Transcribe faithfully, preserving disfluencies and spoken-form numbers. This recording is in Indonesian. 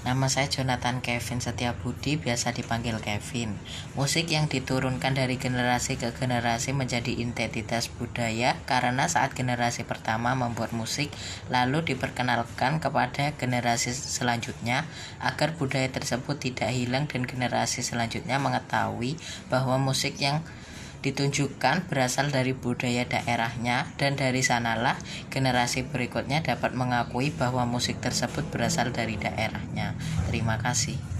Nama saya Jonathan Kevin Setiabudi, biasa dipanggil Kevin. Musik yang diturunkan dari generasi ke generasi menjadi identitas budaya karena saat generasi pertama membuat musik, lalu diperkenalkan kepada generasi selanjutnya agar budaya tersebut tidak hilang dan generasi selanjutnya mengetahui bahwa musik yang ditunjukkan berasal dari budaya daerahnya, dan dari sanalah generasi berikutnya dapat mengakui bahwa musik tersebut berasal dari daerahnya. Terima kasih.